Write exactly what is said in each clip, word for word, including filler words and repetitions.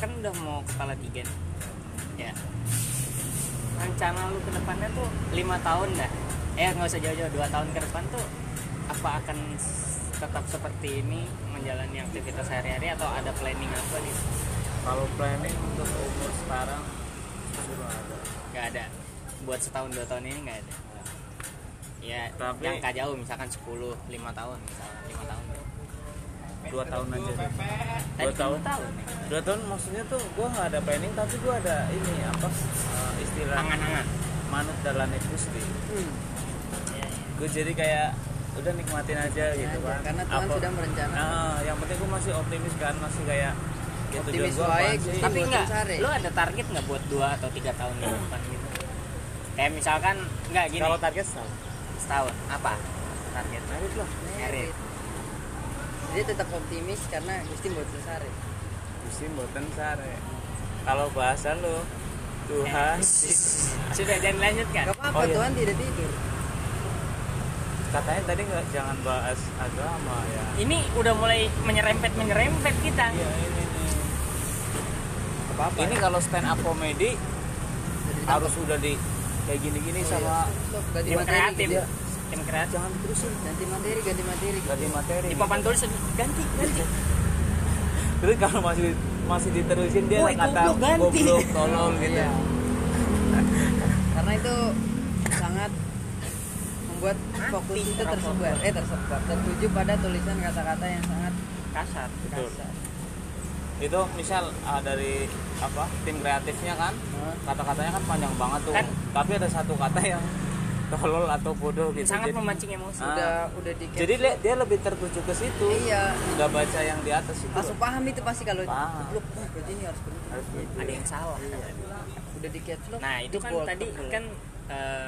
kan udah mau kepala tiga nih. Ya. Rencana lu ke depannya tuh lima tahun dah. Eh nggak usah jauh-jauh, dua tahun ke depan tuh apa akan tetap seperti ini menjalani aktivitas sehari-hari atau ada planning apa nih? Kalau planning untuk umur sekarang belum ada. Nggak ada. Buat setahun dua tahun ini nggak ada. Ya, tapi jangka jauh misalkan sepuluh, lima tahun misalkan lima tahun. Dua tahun aja deh. Tadi Dua tahun. tahun. Dua tahun maksudnya tuh gue nggak ada planning, tapi gue ada ini apa uh, istilah Angan-angan. manut dalane Gusti. Hmm. Ya, ya. Gue jadi kayak udah nikmatin aja Ya, gitu ya, kan. karena Tuhan Apa- sudah merencanakan. Nah, yang penting gue masih optimis kan, masih kayak ya tujuan Optimis gue wae, apaan Gusti. sih? Tapi buat enggak, mencari. lu ada target nggak buat dua atau tiga tahun ke depan gitu? Kayak misalkan nggak gini. Kalau target setahun. Setahun apa target? Merit lah. Merit. Jadi tetap optimis karena Gusti buat sesare. Gusti mboten sare. Kalau bahasa lu Tuhan Sudah jangan lanjutkan. Gak apa-apa, Oh, iya. Tuhan tidak tidur. katanya tadi nggak jangan bahas agama ya. Ini udah mulai menyerempet menyerempet kita. Iya ini nih. Apa-apa. Ini kalau stand up comedy Jadi harus udah di kayak gini-gini Oh, sama iya. Ganti Tim materi, kreatif. gitu ya. Tim kreatif. jangan terusin Ganti materi, ganti materi. ganti materi. Di papan tulis ganti ganti. Terus kalau masih masih diterusin dia Woi, kata goblok, ganti. goblok tolol gitu. Iya. Karena itu sangat membuat fokus Mati, itu rokok. tersebar, eh tersebar, tertuju pada tulisan kata-kata yang sangat Kasar. Betul. kasar. Itu misal ah, dari apa tim kreatifnya kan Nah, kata-katanya kan panjang banget tuh. Kan- Tapi ada satu kata yang tolol atau bodoh gitu. Sangat Jadi- memancing emosi. Ah. udah udah di Jadi li- dia lebih tertuju ke situ. iya, Nggak baca yang di atas itu. langsung paham itu pasti kalau Paham. goblok, oh, berarti ini harus berhenti. Harus berhenti. Ada yang salah. Udah di caps lock. Nah itu di kan bold, tadi tebel. kan eh,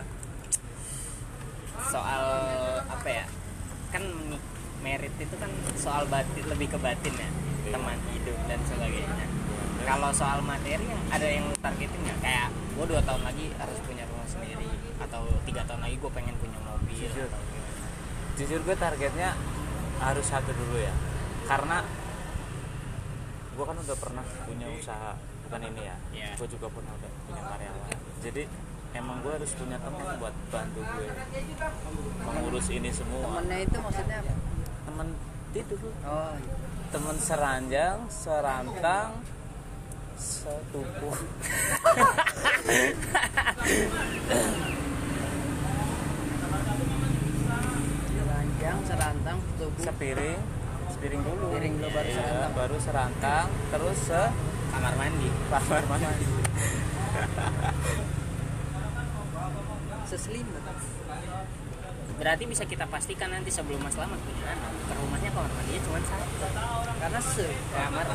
soal apa ya, kan mi- merit itu kan soal batin, lebih ke batin ya, Iya. teman hidup dan sebagainya. Kalau soal materi yang ada yang lu targetin nggak, kayak gue dua tahun lagi harus punya rumah sendiri atau tiga tahun lagi gue pengen punya mobil Jujur. atau gimana? Jujur gue targetnya harus satu dulu ya. Karena gue kan udah pernah punya usaha, bukan ini ya. Iya. Gue juga pernah udah punya karyawan. Jadi emang gue harus punya teman buat bantu gue mengurus ini semua. Temennya itu maksudnya apa? Temen tidur, Oh, iya. temen seranjang, serantang, setubuh. Seranjang, serantang, tubuh. Sepiring, sepiring dulu. Piring dulu, baru Iya, serantang. baru serantang, terus se Kamar mandi. kamar mandi. Seselimut. Berarti bisa kita pastikan nanti sebelum Mas Slamet punya anak, ke rumahnya kamar mandinya cuma satu. Karena se Kamar.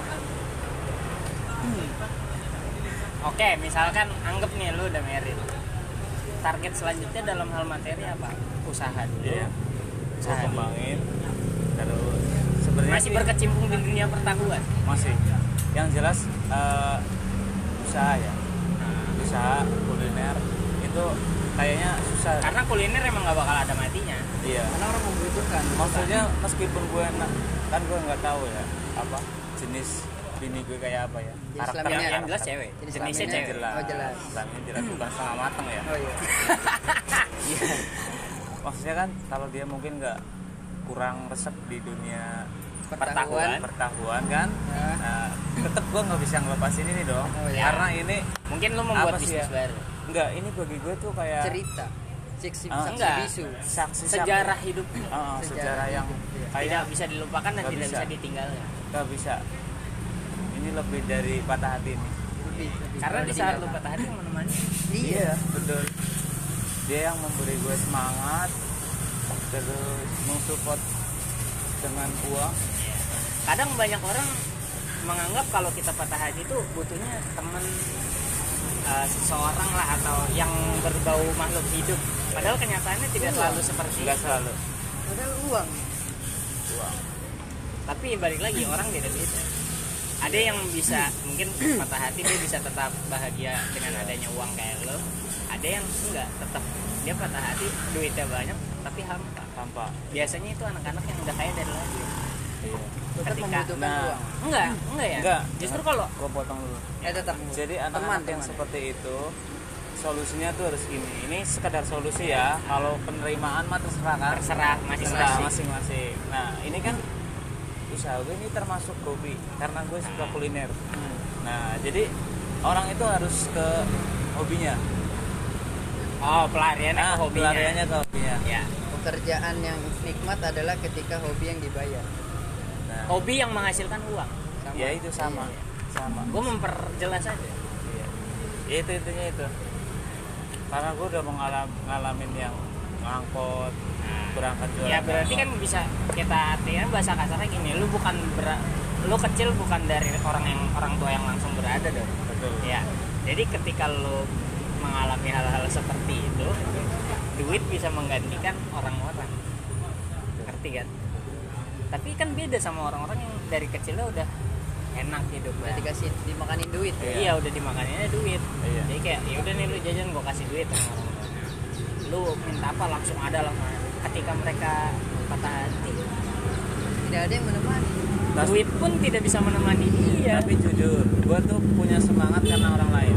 Oke, misalkan anggap nih lu udah married. Target selanjutnya dalam hal materi apa? Usaha dulu. Iya. Usaha Gue dulu. kembangin terus sebenarnya Masih sih berkecimpung di dunia pertahuan. masih yang jelas eh, usaha ya, usaha kuliner itu kayaknya susah. Karena kuliner emang gak bakal ada matinya. Iya, karena orang membutuhkan. maksudnya meskipun gue enak kan gue nggak tahu ya apa jenis bini gue kayak apa ya, Jenis karakternya kelaminnya. Yang jelas cewek. Jenis Jenisnya kelaminnya. cewek. jelas, Oh, jelas. kelaminnya jelas, bukan setengah mateng ya. Oh iya. Iya. Maksudnya kan kalau dia mungkin nggak kurang resep di dunia Pertahuan. pertahuan kan, Nah. nah, tetep gue nggak bisa ngelepasin ini dong. Oh, iya. Karena ini Mungkin lu membuat Apa sih bisnis ya? baru. enggak, ini bagi gue tuh kayak Cerita. Siksi Ah, saksi enggak. bisu. saksi Sejarah hidup uh, sejarah, Sejarah yang hidup, tidak kayak bisa dilupakan dan Nggak tidak bisa. bisa ditinggalkan. nggak bisa. Ini lebih dari patah hati nih. Lebih, lebih Karena di lebih saat dalam. lu patah hati yang menemani. Iya. betul. Dia yang memberi gue semangat, terus mensupport dengan uang. Kadang banyak orang menganggap kalau kita patah hati itu butuhnya teman, uh, seseorang lah atau yang berbau makhluk hidup. Padahal kenyataannya tidak selalu seperti Nggak itu. selalu Padahal uang. uang. Tapi balik lagi orang beda-beda. Ada yang bisa mungkin patah hati dia bisa tetap bahagia dengan adanya uang kayak lo. Ada yang enggak, tetap dia patah hati duitnya banyak tapi hampa. Tanpa Biasanya itu anak-anak yang udah kaya dari lahir. iya. tetap ketika membutuhkan nah, uang. enggak enggak ya enggak justru kalau gue potong dulu. Eh tetap Jadi teman anak-anak yang teman. seperti itu solusinya tuh harus gini. Ini sekedar solusi ya. Kalau penerimaan mah terserah kan. terserah Terserah masing-masing masing-masing. Nah ini kan usaha gue ini termasuk hobi karena gue suka kuliner. Nah jadi orang itu harus ke hobinya. oh pelariannya Nah ke hobinya pelariannya ke hobinya. ya Pekerjaan yang nikmat adalah ketika hobi yang dibayar. Nah, hobi yang menghasilkan uang Sama. ya itu sama, Iya. sama. gue memperjelas aja Iya. Ya, itu intinya itu. Karena gue udah mengalam ngalamin yang ngangkot, berangkat jualan. ya berarti kan bisa kita artikan bahasa kasarnya gini, lu bukan ber- lu kecil bukan dari orang yang orang tua yang langsung berada dong. Betul. Ya, jadi ketika lu mengalami hal-hal seperti itu, duit bisa menggantikan orang-orang. Ngerti kan? Tapi kan beda sama orang-orang yang dari kecilnya udah enak hidupnya. Udah dikasih dimakanin duit. Iya. Iya, udah dimakaninnya duit. Iya. Jadi kayak ya udah nih lu jajan gua kasih duit sama orang tuanya. Lu minta apa langsung ada langsung ada. Ketika mereka patah hati, Tidak ada yang menemani. Tas- duit pun tidak bisa menemani dia. Tapi jujur, gue tuh punya semangat karena orang lain.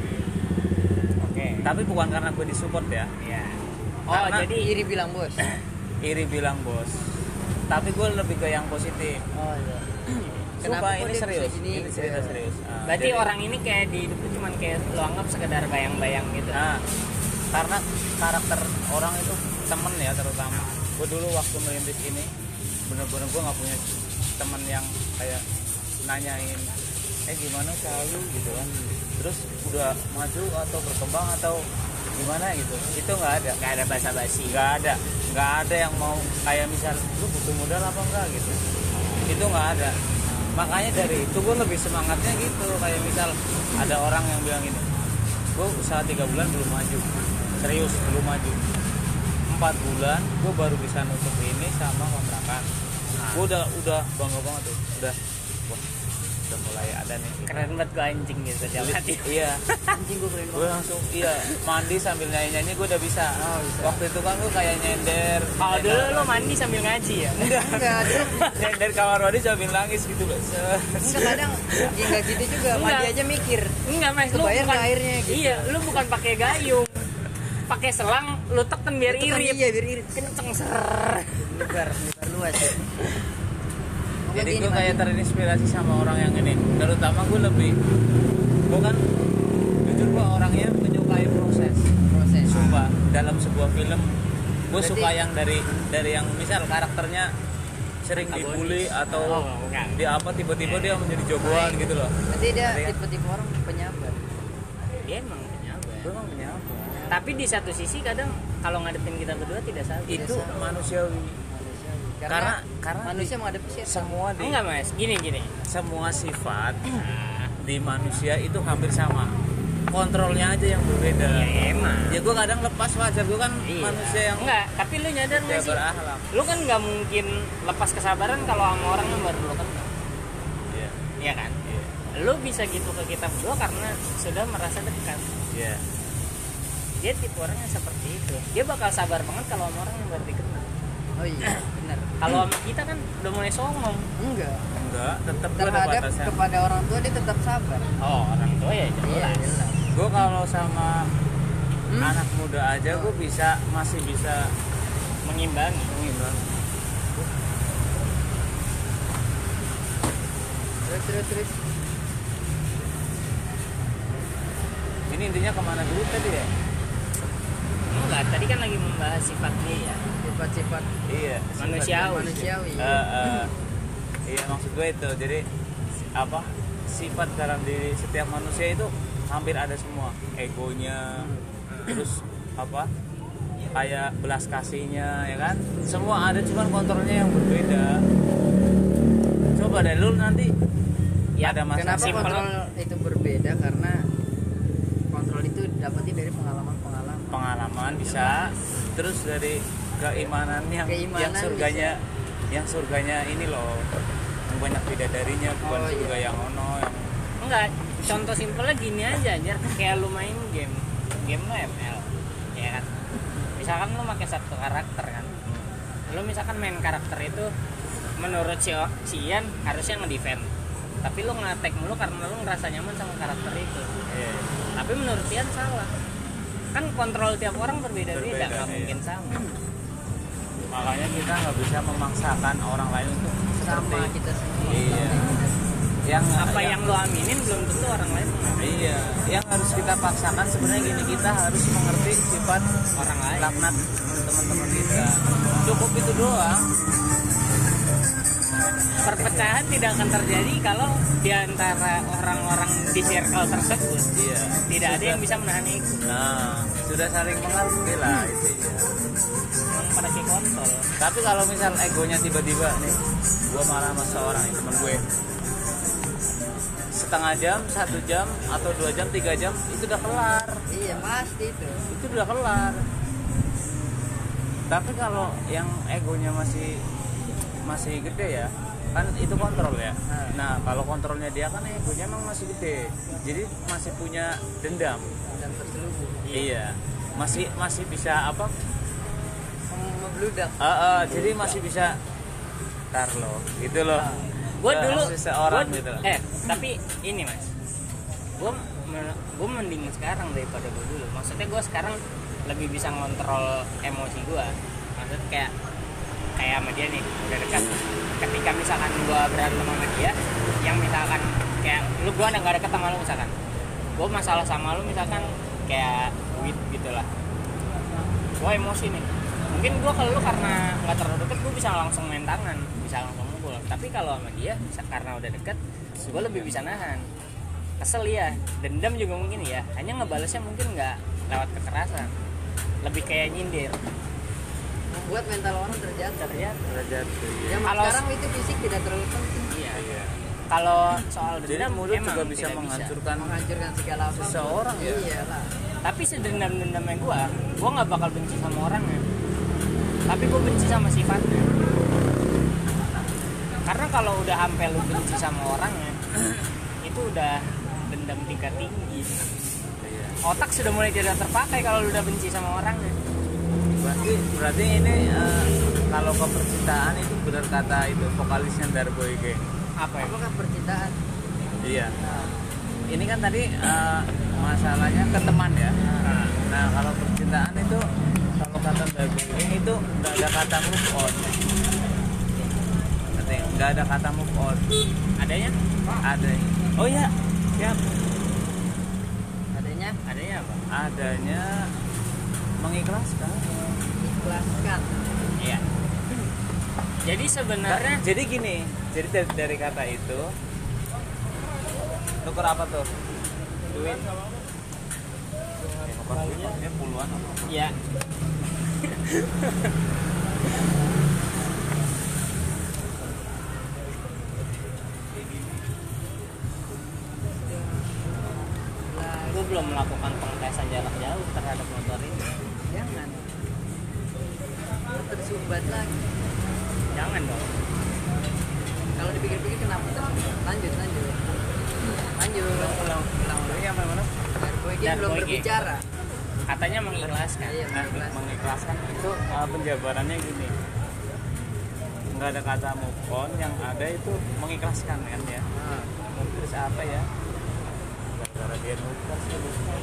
Oke. Tapi bukan karena gue disupport ya. Iya. Oh, Karena jadi Iri bilang bos. Iri bilang bos. Tapi gue lebih ke yang positif. Oh iya. Sumpah kok ini dia serius. bisa gini? Ini cerita Iya. serius. Nah, berarti jadi- orang ini kayak di hidup tuh cuman kayak lu anggap sekedar bayang-bayang gitu. Nah, karena karakter orang itu temen ya terutama. Gue dulu waktu merintis ini bener-bener gue nggak punya temen yang kayak nanyain, eh gimana usaha lu gitu kan. Terus udah maju atau berkembang atau gimana gitu. Itu nggak ada. Gak ada basa-basi. Nggak ada. Nggak ada yang mau kayak misal lu butuh modal apa enggak gitu. Itu nggak ada. Makanya dari itu gue lebih semangatnya gitu. Kayak misal ada orang yang bilang gini, gue usaha tiga bulan belum maju, serius belum maju. Empat bulan gue baru bisa nutup ini sama kontrakan. Gue udah udah bangga banget tuh, udah wah udah mulai ada nih. Keren banget gue anjing gitu dalam hati. Iya, Anjing gue keren gue banget. langsung iya mandi sambil nyanyi nyanyi gue udah bisa. Oh, bisa. Waktu itu kan gue kayak nyender. Kalau dulu lu mandi sambil ngaji ya? enggak Enggak ada. nyender kamar mandi sambil nangis gitu loh. Se- Enggak kadang ya enggak gitu juga. Mandi Enggak. aja mikir. Enggak mas, lu Kebayar bukan nggak airnya gitu. Iya, lu bukan pakai gayung, pakai selang, lu teken biar Itu kan irit, Iya biar irit. kenceng ser. Lebar, lebar luas. Ya. Jadi Gini, gue Mandi. kayak terinspirasi sama orang yang ini. Terutama gue lebih, gue kan jujur gue orangnya menyukai proses. proses. Sumpah dalam sebuah film, gue Berarti- suka yang dari dari yang misal karakternya sering Antagonis. dibully atau Oh, bukan. dia apa tiba-tiba dia menjadi jagoan gitu loh. Nanti dia Ngerti kan? tipe-tipe orang penyabar. Dia emang penyabar. Gue emang punya apa? Tapi di satu sisi kadang kalau ngadepin kita berdua tidak sabar. Itu sama. manusiawi. Manusiawi. Karena karena manusia di- menghadapi setan. semua di Enggak mas, gini gini. semua sifat Nah, di manusia itu hampir sama. Kontrolnya aja yang berbeda. ya emang. Ya gue kadang lepas wajar, gue kan Iya. manusia yang enggak, tapi lu nyadar tidak nggak sih? berakhlak. Lu kan nggak mungkin lepas kesabaran kalau sama orang yang baru lu kenal. Iya. Iya kan? Iya. Lu bisa gitu ke kita berdua karena sudah merasa dekat. Iya. Dia tipe orang yang seperti itu. Dia bakal sabar banget kalau sama orang yang baru dikenal. Oh iya, benar. Kalau sama kita kan udah mulai songong. Enggak. Enggak, tetap gue ada Terhadap batasan. kepada orang tua dia tetap sabar. Oh, orang tua ya Iya, jelas. jelas. Gue kalau sama Hmm? anak muda aja gue bisa masih bisa Mengimbangi. mengimbang. Terus terus terus. Ini intinya kemana dulu tadi ya? Enggak, tadi kan lagi membahas sifat dia. Sifat-sifat Iya. Manusiawi. manusiawi. Eh, eh, iya maksud gue itu. Jadi apa? Sifat dalam diri setiap manusia itu hampir ada semua. Egonya, terus apa? Kayak belas kasihnya, ya kan? Semua ada, cuman kontrolnya yang berbeda. Coba deh lu nanti Ya, ada masa Kenapa simpel. kontrol itu berbeda? Karena kontrol itu dapatnya dari pengalaman-pengalaman. pengalaman bisa, terus dari keimanan yang Keimanan yang surganya yang surganya ini loh, yang banyak bidadarinya, bukan Oh, surga iya. yang ono yang Enggak, contoh simpelnya gini aja anjir. Kayak lu main game. Game lu M L. Ya kan? Misalkan lu pakai satu karakter kan. Lu misalkan main karakter itu menurut si, si Ian harusnya nge-defend, tapi lu nge-attack mulu karena lu ngerasa nyaman sama karakter itu. Iya. Tapi menurut Ian salah, kan kontrol tiap orang berbeda-beda, Berbeda, nggak iya. mungkin sama. Makanya kita nggak bisa memaksakan orang lain untuk sama seperti kita sendiri. Iya. Yang Apa yang lu aminin belum tentu orang lain mengerti. Iya, yang harus kita paksakan sebenarnya gini, kita harus mengerti sifat Orang lain. laknat teman-teman kita. Cukup itu doang. Perpecahan tidak akan terjadi kalau di antara orang-orang di circle tersebut Iya. tidak ada yang bisa menahan ego. Nah, sudah saling mengerti lah intinya. Yang pada kayak kontol. Tapi kalau misal egonya tiba-tiba nih, gue marah sama seorang nih, teman gue, setengah jam, satu jam, atau dua jam, tiga jam, itu udah kelar. Iya pasti itu. Itu udah kelar. Tapi kalau yang egonya masih masih gede ya, kan itu kontrol ya. Nah, kalau kontrolnya dia kan egonya emang masih gede, jadi masih punya dendam. Dan terselubung. Iya, masih masih bisa apa? Membludak. Uh, uh, jadi masih bisa tar lo, gitu loh. Gue Ke dulu seseorang gua- gitu loh. eh tapi ini mas, gue gue mending sekarang daripada gue dulu. Maksudnya gue sekarang lebih bisa ngontrol emosi gue. Maksudnya kayak kayak sama dia nih udah dekat. Ketika misalkan gue berantem sama dia, yang misalkan kayak lu gue udah nggak deket sama lu misalkan, gue masalah sama lu misalkan kayak duit gitulah, gue emosi nih. Mungkin gue kalau lu karena nggak terlalu deket, gue bisa langsung main tangan, bisa langsung mukul. Tapi kalau sama dia, karena udah deket, gue lebih bisa nahan. Kesel ya, dendam juga mungkin ya. Hanya ngebalesnya mungkin nggak lewat kekerasan, lebih kayak nyindir. Membuat mental orang terjatuh. Terlihat. Derajat tuh, iya. Zaman Kalau- sekarang itu fisik tidak terlalu penting. Iya. Iya. Kalau soal Jadi dendam, mulut emang juga bisa tidak menghancurkan Menghancurkan segala apa. seseorang ya. Iya lah. Tapi sedendam-dendamnya gue, gue nggak bakal benci sama orangnya. Tapi gue benci sama sifatnya. Karena kalau udah sampai lu benci sama orangnya, itu udah dendam tingkat tinggi. Iya. Otak sudah mulai tidak terpakai kalau lu udah benci sama orangnya. Berarti berarti ini eh, kalau ke percintaan itu benar kata itu vokalisnya Darboy Gang. Apa ya? Apakah percintaan? Iya. Ini kan tadi eh, masalahnya ke teman ya. Nah, kalau percintaan itu kalau kata Darboy Gang itu nggak ada kata move on. Ngerti? Nggak ada kata move on. Adanya? Ada. Oh iya, siap. Adanya Adanya apa? Adanya mengikhlaskan. ikhlaskan. Iya. Jadi sebenarnya Nah, jadi gini, jadi dari, dari kata itu tuker apa tuh? duit. Ya, nuker duit maksudnya puluhan apa? Ya. Gue belum melakukan pengetesan jarak jauh terhadap motor ini. Jangan. Tersumbat lagi. Jangan dong. Kalau dipikir-pikir kenapa tersumbat? Lanjut, lanjut. Lanjut. Ulang, ulang. Ini apa mana? Darboy Gang Darboy belum Gang. berbicara. Katanya mengikhlaskan. Iya, Nah, mengikhlaskan. mengikhlaskan itu uh, penjabarannya gini. Nggak ada kata move on, yang ada itu mengikhlaskan kan ya. Nah, Terus apa ya? Gara-gara dia nuker sih lupa.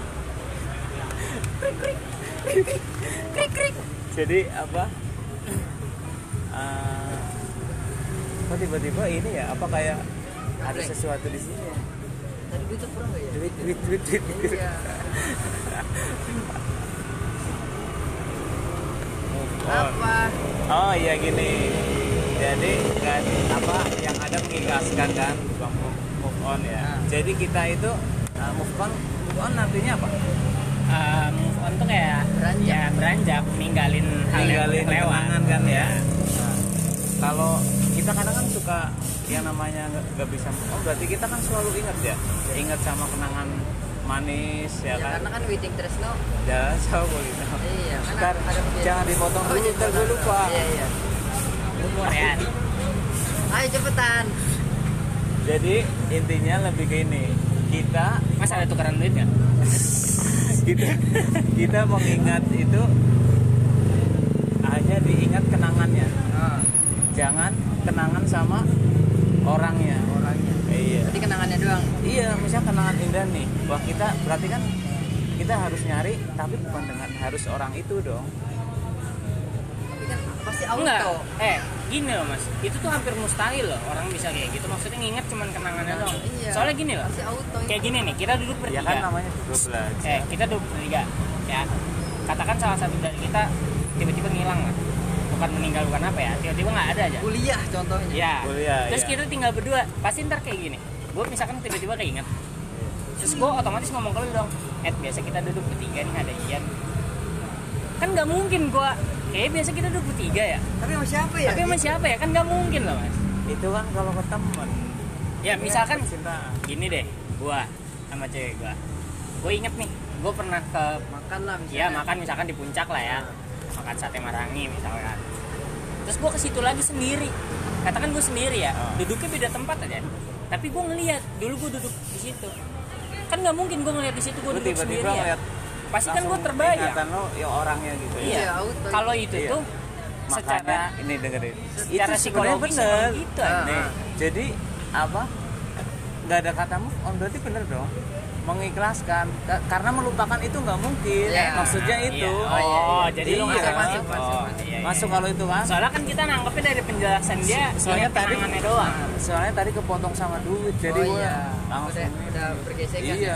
Jadi apa? Uh, kok tiba-tiba ini ya? Apa kayak ada Gaplek. sesuatu di sini? ya? tadi duit kurang nggak ya? Duit, duit, duit, duit. duit. Iya. Move on. Apa? Oh iya gini. Jadi kan apa yang ada mengikhlaskan kan, bukan move, move on ya. Nah. Jadi kita itu uh, move on, move on artinya apa? Uh, move on tuh kayak Beranjak. ya beranjak, ninggalin hal yang Ninggalin lewat. kenangan kan ya. Nah, kalau kita kadang kan suka yang namanya nggak nggak bisa move on, berarti kita kan selalu ingat ya, ingat sama kenangan manis ya, Ya, kan. karena kan Witing Tresno. Ya, so gitu. Iya, kan Ntar, ada kejadian. jangan dipotong Oh, dulu, jangan ntar gue dipotong. lupa. Iya, iya. Umur ya. Ayo cepetan. Jadi intinya lebih ke ini, kita Mas ada tukeran duit nggak? kita kita mengingat itu hanya diingat kenangannya, Nah, jangan kenangan sama orangnya. orangnya. Iya. Berarti kenangannya doang. Iya, misalnya kenangan indah nih. Wah, kita berarti kan kita harus nyari tapi bukan dengan harus orang itu dong. Tapi kan pasti Enggak. auto. Eh, gini loh Mas. Itu tuh hampir mustahil loh orang bisa kayak gitu. Maksudnya nginget cuman kenangannya doang. Iya. Soalnya gini loh. Pasti auto. Kayak gini nih, kita duduk Ya bertiga. kan namanya juga belajar. Eh, kita duduk bertiga. Ya. Katakan salah satu dari kita tiba-tiba ngilang lah. Bukan meninggal bukan apa ya. Tiba-tiba nggak ada aja. Kuliah contohnya. Ya. Kuliah, Terus iya. kita tinggal berdua. Pasti ntar kayak gini. Gue misalkan tiba-tiba keinget. Terus gue otomatis ngomong ke lu dong. Ed, biasa kita duduk bertiga nih ada Ian. Kan nggak mungkin gue. Kayaknya biasa kita duduk bertiga ya. Tapi sama siapa ya? Tapi sama siapa ya? Kan nggak mungkin loh Mas. Itu kan kalau ke temen. Ya misalkan cinta. gini deh. Gue sama cewek gue. Gue inget nih. Gue pernah ke Makan lah misalnya. ya makan misalkan di puncak lah ya. Makan sate marangi misalkan. Terus gue ke situ lagi sendiri. Katakan gue sendiri ya. Oh. Duduknya beda tempat aja. Tapi gue ngeliat dulu gue duduk di situ. Kan nggak mungkin gue ngeliat di situ gue Lu duduk sendiri tiba-tiba ya. ngeliat Pasti kan gue langsung terbayang. ingatan lo ya orangnya gitu. Iya. Iya, auto. Kalau itu Iya. tuh Makanya secara ini dengerin. secara Itu sebenarnya psikologis bener. emang gitu. Ah. Nih, jadi apa? Nggak ada kata move on berarti bener dong. Mengikhlaskan Ka- karena melupakan itu nggak mungkin. Iya. Maksudnya Iya. itu. Oh, iya, iya. Jadi lu Iya. nggak masuk, masuk, Oh, masuk. Iya, iya. masuk kalau itu kan. Soalnya kan kita nangkepnya dari penjelasan dia. Soalnya ingat tadi kenangannya doang. Soalnya tadi kepotong sama duit jadi Oh gua iya. langsung Udah, ini. udah bergesekan. Iya.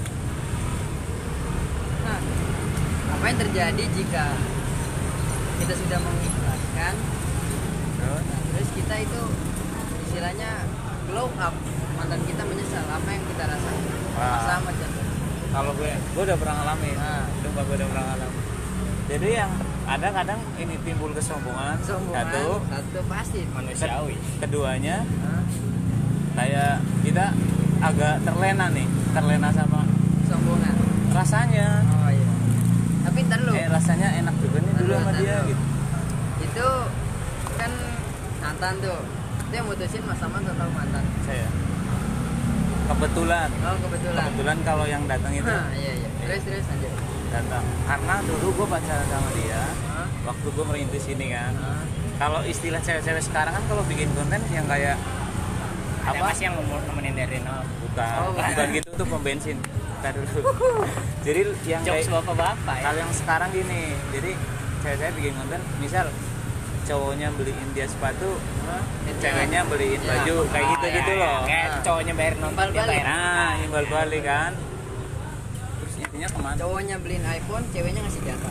Nah, apa yang terjadi jika kita sudah mengikhlaskan, Terus? nah, terus kita itu istilahnya glow up, mantan kita menyesal apa yang kita rasakan. Wah. Sama contoh. Kalau gue, gue udah pernah ngalamin. Nah. Sumpah gue udah pernah ngalamin. Jadi yang ada kadang ini timbul kesombongan. Sombongan, Satu. satu pasti. Manusiawi. Keduanya Nah, kayak kita agak terlena nih, terlena sama sombongan. rasanya. Oh iya. Tapi ntar lu, Eh rasanya enak juga nih dulu Taruh, sama dia taruh. gitu. itu kan mantan tuh. Itu yang mutusin mas sama atau mantan? Saya. Kebetulan. Oh kebetulan. Kebetulan kalau yang datang itu Nah, iya iya. Terus terus aja. datang. Karena dulu gue pacaran sama dia. Hah? Waktu gue merintis ini kan. Hah? Kalau istilah cewek-cewek sekarang kan kalau bikin konten yang kayak Ada apa? Mas yang ngomong nemenin dari nol. Bukan, Oh, bukan. bukan gitu tuh pom bensin. Ntar dulu. Jadi yang Jokes kayak bapak-bapak ya. kalau yang sekarang gini. Jadi cewek-cewek bikin konten, misal cowoknya beliin dia sepatu, ceweknya beliin Ya. baju, kayak Oh, gitu-gitu iya, iya. loh. Kayak Nah. cowoknya bayar nonton Imbal dia balik. bayar. Nah, imbal balik kan. Terus intinya kemana? Cowoknya beliin iPhone, ceweknya ngasih jatah.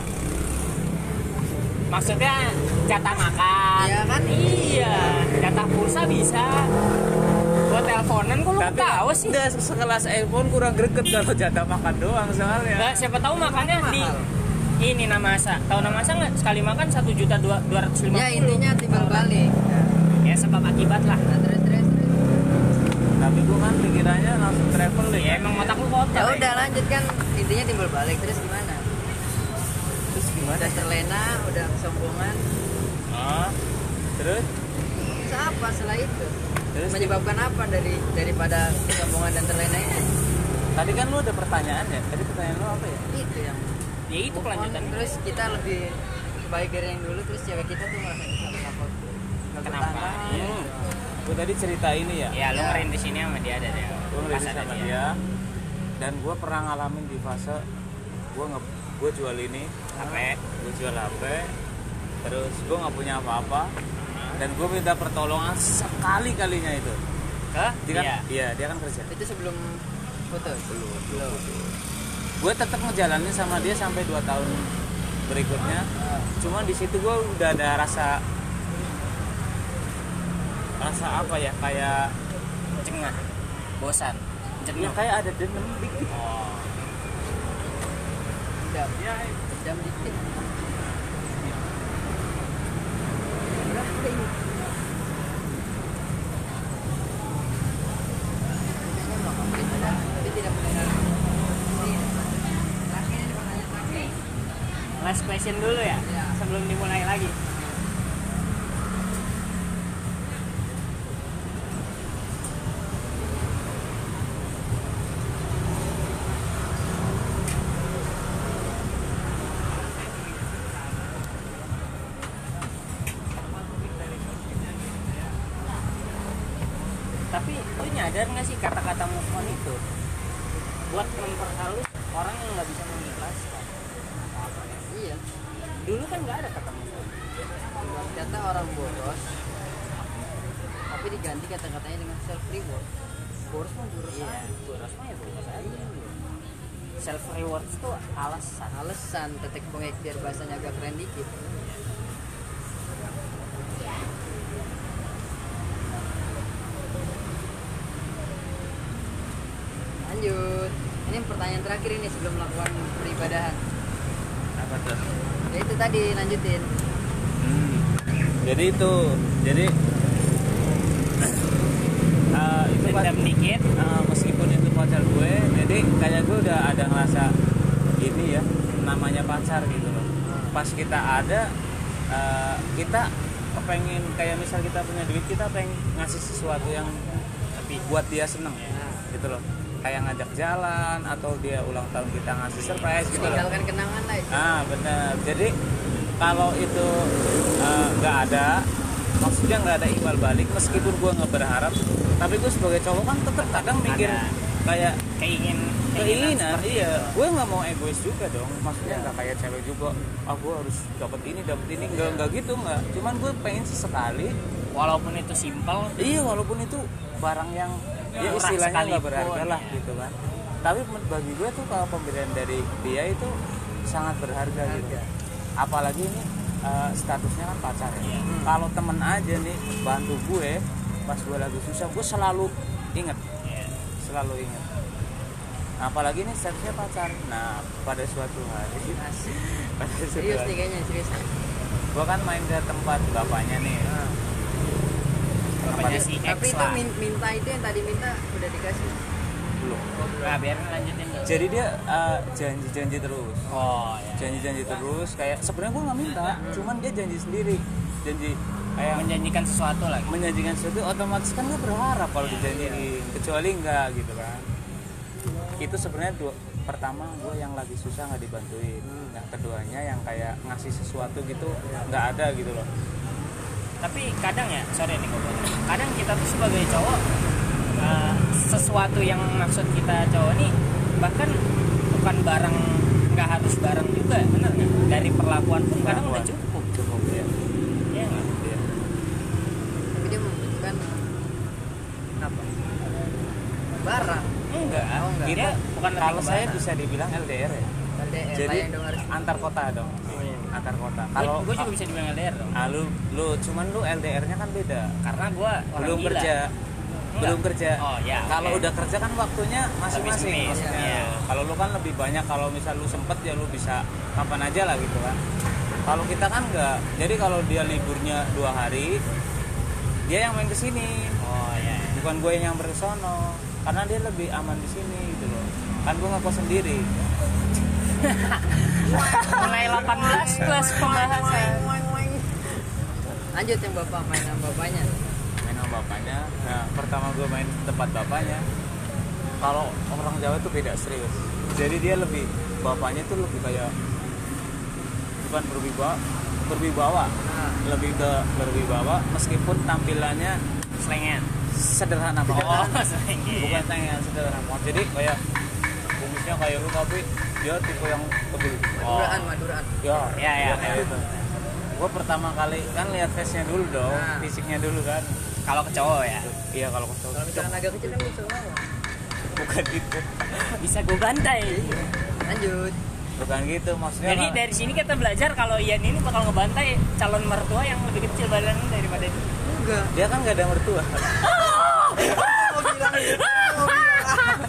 Maksudnya jatah makan. Iya kan? Iya, jatah pulsa bisa. Buat teleponan kok lu Tapi tahu sih? enggak sekelas iPhone kurang greget kalau jatah makan doang soalnya. Nggak, siapa tahu makannya di Mahal. ini Namasa. Tahu Namasa nggak? Sekali makan satu juta dua ratus lima Ya puluh. intinya timbal balik. Ya sebab akibat lah. Nah, terus terus terus. Tapi gua kan pikirannya langsung traveling. Ya emang otak lu kotor. Ya udah lanjut kan intinya timbal balik terus gimana? Terus gimana? Udah terlena, udah kesombongan. Oh. Terus? Terus apa setelah itu? Terus Menyebabkan apa dari daripada kesombongan dan terlena ini? tadi kan lu ada pertanyaan ya? Tadi pertanyaan lu apa ya? Itu yang Ya itu kelanjutan. terus kita lebih baik dari yang dulu terus cewek kita tuh merasa kenapa? Nggak Kenapa? bertahan. Iya. Gue tadi cerita ini ya. Ya lu Ya. ngerin di sini sama dia ada dia. Gue Pas ngerilis ada sama dia. Dan gue pernah ngalamin di fase gue nge gue jual ini, H P. gue jual H P. Terus gue nggak punya apa-apa. Dan gue minta pertolongan sekali kalinya itu. Ke? Dia kan, Iya. iya dia kan kerja. Itu sebelum putus. Belum, belum. Gue tetap ngejalanin sama dia sampai dua tahun berikutnya. Cuma di situ gue udah ada rasa rasa apa ya kayak Cengah. Bosan. ya Jenuh. kayak ada dendam dikit. Oh. Jam. Jam dikit. Berapa ini? Kayaknya mau komplain ada, tapi tidak mendengar. Ini, terakhir ini pertanyaan terakhir. Last question dulu ya. Ya. Sebelum dimulai lagi. sadar nggak sih kata-kata move on itu buat memperhalus orang yang nggak bisa mengikhlaskan? Iya. Dulu kan nggak ada kata move on. Ibarat kata orang boros, tapi diganti kata-katanya dengan self reward. Boros mah boros. Iya, boros mah ya boros aja. Self reward itu alasan. Alasan tetek bengek biar bahasanya agak keren dikit. Lanjut. Ini pertanyaan terakhir ini sebelum melakukan peribadahan. Apa tuh? Ya itu tadi lanjutin. Hmm. Jadi itu, jadi uh, itu pas, Dendam dikit. uh, meskipun itu pacar gue, jadi kayak gue udah ada ngerasa ini ya, namanya pacar gitu loh. Pas kita ada, uh, kita pengen kayak misal kita punya duit, kita pengen ngasih sesuatu yang lebih buat dia seneng ya, gitu loh. Kayak ngajak jalan atau dia ulang tahun kita ngasih surprise gitu loh. Tinggalkan kenangan lah itu. Ah benar. Jadi kalau itu nggak uh, ada, maksudnya nggak ada imbal balik, meskipun gue nggak berharap, tapi gue sebagai cowok kan tetap kadang mikir Ada. kayak Keingin, keinginan. seperti Iya, itu. gue nggak mau egois juga dong. Maksudnya nggak kayak cewek juga. Ah gue harus dapat ini, dapat ini. Nggak nggak gitu nggak. Cuman gue pengen sesekali. Walaupun itu simpel, Iya, walaupun itu barang yang ya Murah istilahnya nggak sekalipun, berharga lah ya. gitu kan. Tapi bagi gue tuh kalau pemberian dari dia itu sangat berharga gitu. Apalagi ini uh, statusnya kan pacar ya. Hmm. Kalau temen aja nih bantu gue pas gue lagi susah, gue selalu inget, ya. selalu inget. Apalagi ini statusnya pacar. Nah pada suatu hari, Asik. pada suatu Serius hari, nih kayaknya, serius nih. gue kan main ke tempat bapaknya nih. Nah. Bapaknya si X Tapi itu lah. min- minta itu yang tadi minta udah dikasih. Belum. Nah, biar lanjutin dulu. Jadi dia uh, janji-janji terus. Oh ya. janji-janji terus kayak sebenarnya gue nggak minta, cuman dia janji sendiri, janji kayak Menjanjikan sesuatu lagi. menjanjikan sesuatu, otomatis kan gue berharap kalau dijanjiin, kecuali enggak gitu kan. Itu sebenarnya dua, pertama gue yang lagi susah nggak dibantuin, yang keduanya yang kayak ngasih sesuatu gitu nggak ada gitu loh. Tapi kadang ya, sorry nih gue potong. Kadang kita tuh sebagai cowok uh, sesuatu yang maksud kita cowok nih bahkan bukan barang, nggak harus barang juga, bener nggak? Dari perlakuan pun kadang udah cukup. Cukup ya. Iya nggak? Iya. Tapi dia membutuhkan apa? Barang. Enggak. Oh, enggak. Dia bukan lebih Kalau ke saya barang. bisa dibilang L D R ya. L D R Jadi layang dong harus. antar kota dong. Oh, iya. Antar kota. Kalau Kalau gue juga bisa dibilang L D R dong. ah, lu, lu cuman lu L D R-nya kan beda. Karena gue orang Belum gila. kerja. Enggak. Belum kerja. Oh ya. Kalau oke. udah kerja kan waktunya masing-masing. Lebih sempit, maksudnya. iya. Kalau lu kan lebih banyak, kalau misal lu sempet ya lu bisa kapan aja lah gitu kan. Kalau kita kan enggak. Jadi kalau dia liburnya dua hari, dia yang main ke sini. Oh ya. Bukan gue yang nyamper ke sono. Karena dia lebih aman di sini gitu loh. Kan gue ngekos sendiri. Mulai delapan belas plus pembahasan. Lanjut yang bapak main sama bapaknya. Main sama bapaknya. Nah, pertama gue main tempat bapaknya. Kalau orang Jawa tuh beda serius. Jadi dia lebih, bapaknya tuh lebih kayak bukan berwibawa, berwibawa, Nah, lebih ke berwibawa meskipun tampilannya Selengan. sederhana banget. Oh, selengan. Bukan yang sederhana banget. Jadi kayak kumisnya kayak lu, tapi dia tipe yang tebel. maduraan, maduraan. Ya, Ya, ya, kayak ya. gitu. Gue pertama kali kan lihat face-nya dulu dong, Nah. fisiknya dulu kan. Kalau ke cowok ya. Iya kalau kesel. Kalau misalkan agak kecil kan bisa lawan. Bukan gitu. Bisa gue bantai. Lanjut. Bukan gitu maksudnya. Jadi lah- dari sini kita belajar kalau Ian ini bakal ngebantai calon mertua yang lebih kecil badannya daripada dia. Enggak. dia kan nggak ada mertua. Oh bilang gitu. Oh bilang.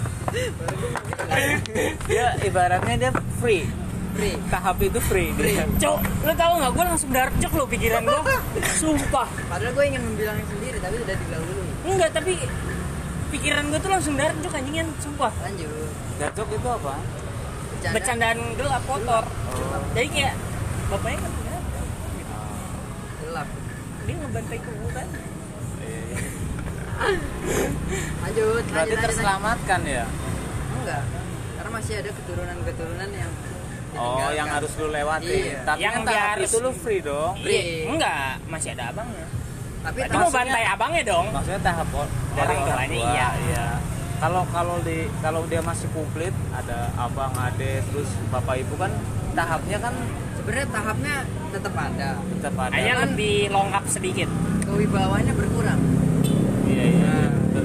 Dia ibaratnya dia free. Free. Tahap itu free. Dia. Cok, lo tau nggak? Gue langsung dark jok lo pikiran gue. Sumpah. Padahal gue ingin membilangnya sendiri tapi sudah didahului. Enggak, tapi pikiran gue tuh langsung dark jok anjingnya, sumpah. Lanjut. Gacok itu apa? Bercanda. Bercandaan gelap kotor. Oh. Jadi kayak bapaknya kan gelap. Gelap. Dia ngebantai kuburan. Iya, iya. Lanjut. Berarti lanjut, lanjut, terselamatkan ya. lanjut. Enggak. Karena masih ada keturunan-keturunan yang Oh, ditinggalkan. yang harus lu lewati. Iya. Tapi Yang kan dia tahap harus- itu lu free dong. Free. Iya, enggak, masih ada abangnya. Tapi Berarti mau maksudnya- bantai abangnya dong. maksudnya tahap o- dari Orang orang tuanya, tua, iya. iya. Kalau kalau di kalau dia masih komplit, ada abang, ade, terus bapak ibu kan tahapnya kan sebenarnya tahapnya tetap ada, tetap ada. Hanya lebih lengkap sedikit. kewibawaannya berkurang. Iya iya. Nah. betul.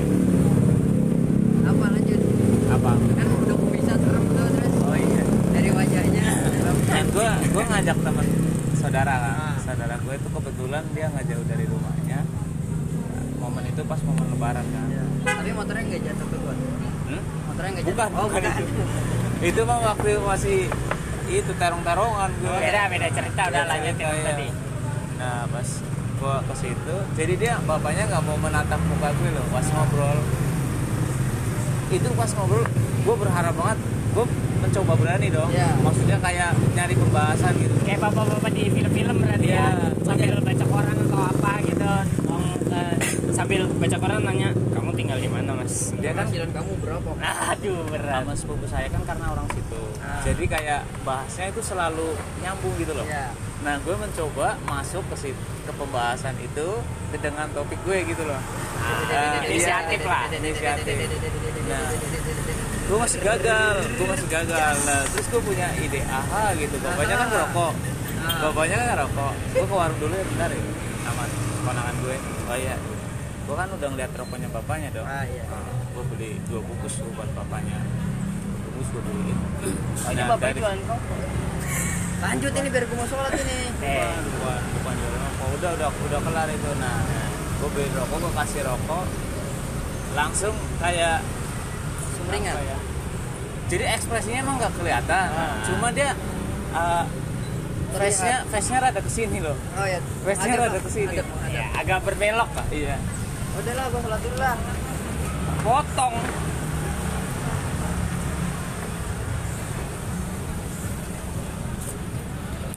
Apa lanjut? Apa? Kan udah bisa serem tuh terus Oh iya. dari wajahnya. Nah, gue gue ngajak teman saudara kan, Ah. saudara gue itu kebetulan dia nggak jauh dari rumahnya. Nah, momen itu pas momen lebaran kan. Ya. Tapi motornya nggak jatuh ke got. Hmm? Motornya nggak Bukan, jatuh. Oh, bukan itu. Itu mah waktu masih itu terong-terongan gue. Beda beda cerita udah Beda lanjutin cerita, iya. tadi. Nah pas gue ke situ, jadi dia bapaknya nggak mau menatap muka gue loh pas ngobrol. Itu pas ngobrol, gue berharap banget, gue mencoba berani dong. Iya. Maksudnya kayak nyari pembahasan gitu. Kayak bapak-bapak di film-film berarti Iya. ya. Sambil baca koran atau apa gitu. Ngomong ke- sambil baca koran nanya, "Kamu tinggal di mana, Mas?" Dia kan Penghasilan kamu berapa? Aduh, berat. sama sepupu saya kan karena orang situ. Ah. Jadi kayak bahasnya itu selalu nyambung gitu loh. Iya. Nah gue mencoba masuk ke situ, ke pembahasan itu dengan topik gue gitu loh. Ah, inisiatif lah. Inisiatif. Nah, gue masih gagal, gue masih gagal. Nah, terus gue punya ide, aha gitu. Bapaknya kan ngerokok, Ah. bapaknya kan ngerokok. Gue ke warung dulu ya bentar ya, sama konangan gue. Oh iya, gue kan udah ngeliat rokoknya bapaknya dong. Ah, iya. Gue beli dua bungkus tuh buat bapaknya. Bungkus gue beliin. Oh, ini Nah, bapak dari- jualan rokok. Lanjut ini biar gue mau sholat ini. Eh, bukan bukan bukan jualan rokok, udah udah udah kelar itu. Nah, gue beli rokok, gue kasih rokok, langsung kayak Sumringan. apa ya? Jadi ekspresinya emang nggak kelihatan, Ah. cuma dia uh, face-nya face-nya rada kesini loh. Oh ya. Face-nya Ada, rada Pak. kesini. Ada, Pak. Ada. ya, agak berbelok, Pak. Iya. Udahlah, gue sholat dulu lah. Potong.